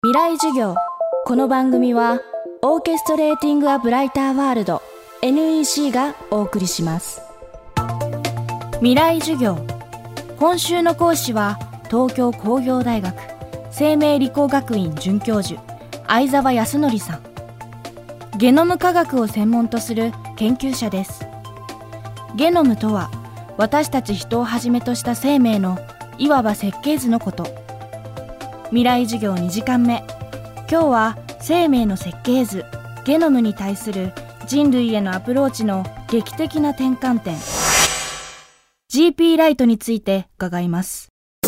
未来授業。この番組はオーケストレーティングアブライターワールド NEC がお送りします。未来授業。今週の講師は東京工業大学生命理工学院准教授相沢康則さん。ゲノム科学を専門とする研究者です。ゲノムとは私たち人をはじめとした生命のいわば設計図のこと。未来授業2時間目。今日は生命の設計図ゲノムに対する人類へのアプローチの劇的な転換点 GP ライトについて伺います。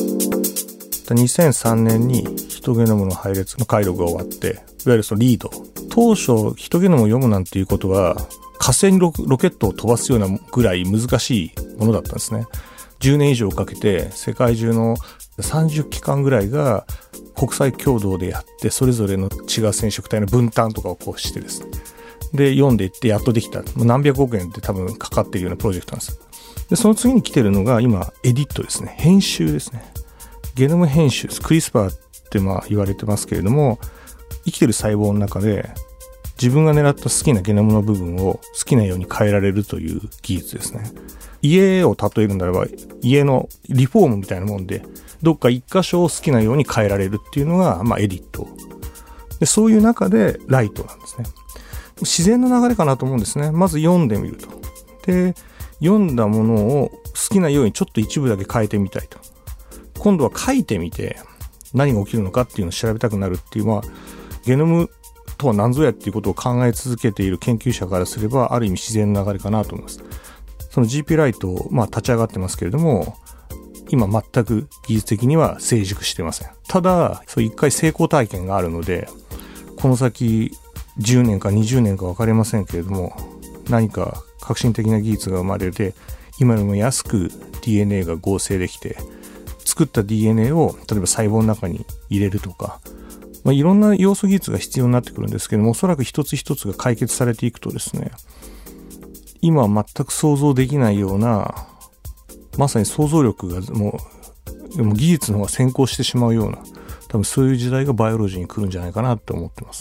2003年にヒトゲノムの配列の回路が終わって、いわゆるそのリード、当初ヒトゲノムを読むなんていうことは火星にロケットを飛ばすようなぐらい難しいものだったんですね。10年以上かけて世界中の30機関ぐらいが国際共同でやって、それぞれの違う染色体の分担とかをこうしてですね、で読んでいってやっとできた、何百億円って多分かかっているようなプロジェクトなんです。でその次に来てるのが今エディットですね。編集ですね。ゲノム編集、クリスパーって言われてますけれども、生きてる細胞の中で自分が狙った好きなゲノムの部分を好きなように変えられるという技術ですね。家を例えるならば家のリフォームみたいなもんで、どっか一箇所を好きなように変えられるっていうのがエディットで、そういう中でライトなんですね。自然の流れかなと思うんですね。まず読んでみると。で読んだものを好きなようにちょっと一部だけ変えてみたいと。今度は書いてみて何が起きるのかっていうのを調べたくなるっていう、ゲノムとは何ぞやっていうことを考え続けている研究者からすれば、ある意味自然の流れかなと思います。その GP ライト、立ち上がってますけれども、今全く技術的には成熟してません。ただそう一回成功体験があるので、この先10年か20年か分かりませんけれども、何か革新的な技術が生まれて、今よりも安く DNA が合成できて、作った DNA を例えば細胞の中に入れるとか、いろんな要素技術が必要になってくるんですけども、おそらく一つ一つが解決されていくとですね、今は全く想像できないような、まさに想像力がもう技術の方が先行してしまうような、多分そういう時代がバイオロジーに来るんじゃないかなと思ってます。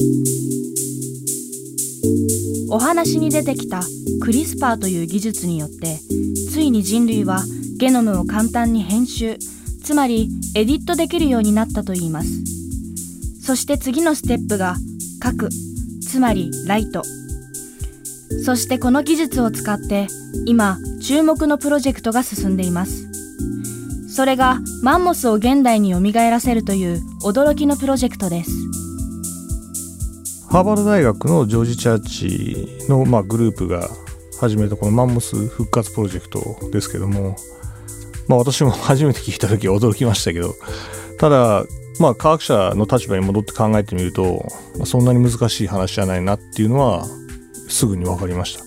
お話に出てきたクリスパーという技術によって、ついに人類はゲノムを簡単に編集、つまりエディットできるようになったといいます。そして次のステップが書く、つまりライト。そしてこの技術を使って今注目のプロジェクトが進んでいます。それがマンモスを現代に蘇らせるという驚きのプロジェクトです。 ハーバード大学のジョージ・チャーチのグループが始めたこのマンモス復活プロジェクトですけども、私も初めて聞いた時は驚きましたけど、ただ科学者の立場に戻って考えてみると、そんなに難しい話じゃないなっていうのはすぐに分かりました。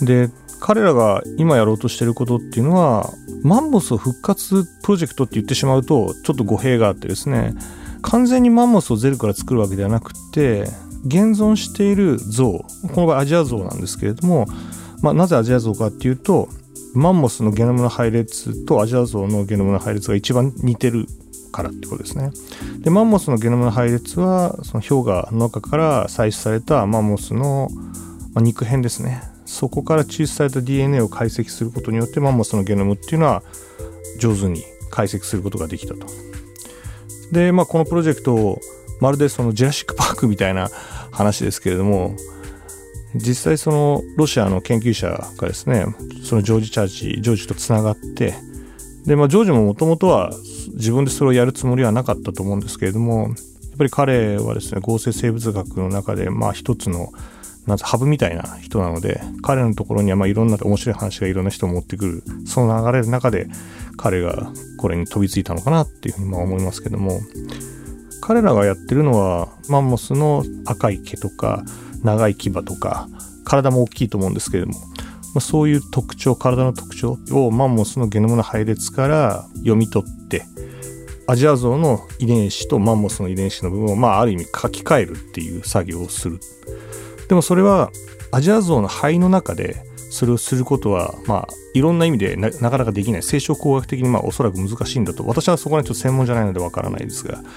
で、彼らが今やろうとしていることっていうのは、マンモスを復活プロジェクトって言ってしまうとちょっと語弊があってですね、完全にマンモスをゼロから作るわけではなくて、現存している像、この場合アジア像なんですけれども、なぜアジア像かっていうと、マンモスのゲノムの配列とアジア像のゲノムの配列が一番似てるからってことですね。で、マンモスのゲノムの配列はその氷河の中から採取されたマンモスの肉片ですね。そこから抽出された DNA を解析することによって、マンモスのゲノムっていうのは上手に解析することができたと。で、このプロジェクトをまるでそのジュラシックパークみたいな話ですけれども、実際そのロシアの研究者がですね、そのジョージとつながって、で、ジョージももともとは自分でそれをやるつもりはなかったと思うんですけれども、やっぱり彼はですね、合成生物学の中で一つのハブみたいな人なので、彼のところにはいろんな面白い話がいろんな人を持ってくる、その流れの中で彼がこれに飛びついたのかなっていうふうに思いますけども、彼らがやってるのはマンモスの赤い毛とか長い牙とか、体も大きいと思うんですけれども、そういう特徴、体の特徴をマンモスのゲノムの配列から読み取って、アジアゾウの遺伝子とマンモスの遺伝子の部分をある意味書き換えるっていう作業をする。でもそれはアジアゾウの肺の中でそれをすることは、いろんな意味で なかなかできない。生殖工学的におそらく難しいんだと、私はそこはちょっと専門じゃないのでわからないですが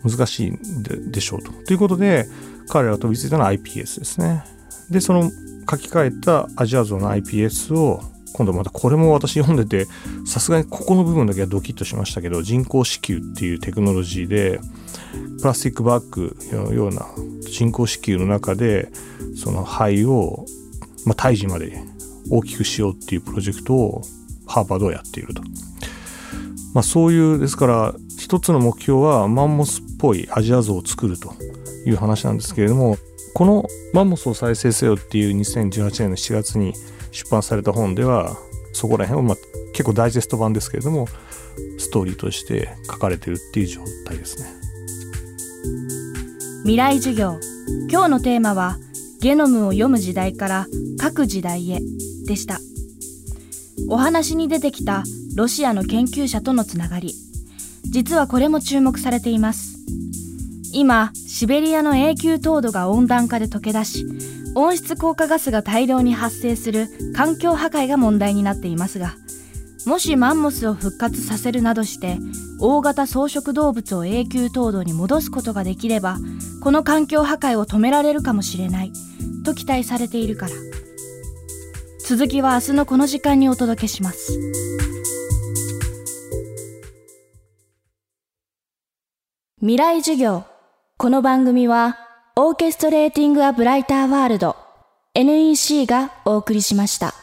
難しいでしょうと。ということで彼らが飛びついたのは iPS ですね。でその書き換えたアジアゾウの iPS を今度またこれも私読んでてさすがにここの部分だけはドキッとしましたけど、人工子宮っていうテクノロジーでプラスチックバッグのような人工子宮の中でその肺を、胎児まで大きくしようっていうプロジェクトをハーバードはやっていると。そういうですから一つの目標はマンモスっぽいアジアゾウを作るという話なんですけれども、このマンモスを再生せよっていう2018年の7月に出版された本ではそこら辺を結構ダイジェスト版ですけれどもストーリーとして書かれているっていう状態ですね。 未来授業、今日のテーマはゲノムを読む時代から書く時代へでした。お話に出てきたロシアの研究者とのつながり、実はこれも注目されています。今シベリアの永久凍土が温暖化で溶け出し、温室効果ガスが大量に発生する環境破壊が問題になっていますが、もしマンモスを復活させるなどして大型草食動物を永久凍土に戻すことができれば、この環境破壊を止められるかもしれないと期待されているから。続きは明日のこの時間にお届けします。未来授業。この番組はオーケストレーティング・ア・ブライター・ワールド NEC がお送りしました。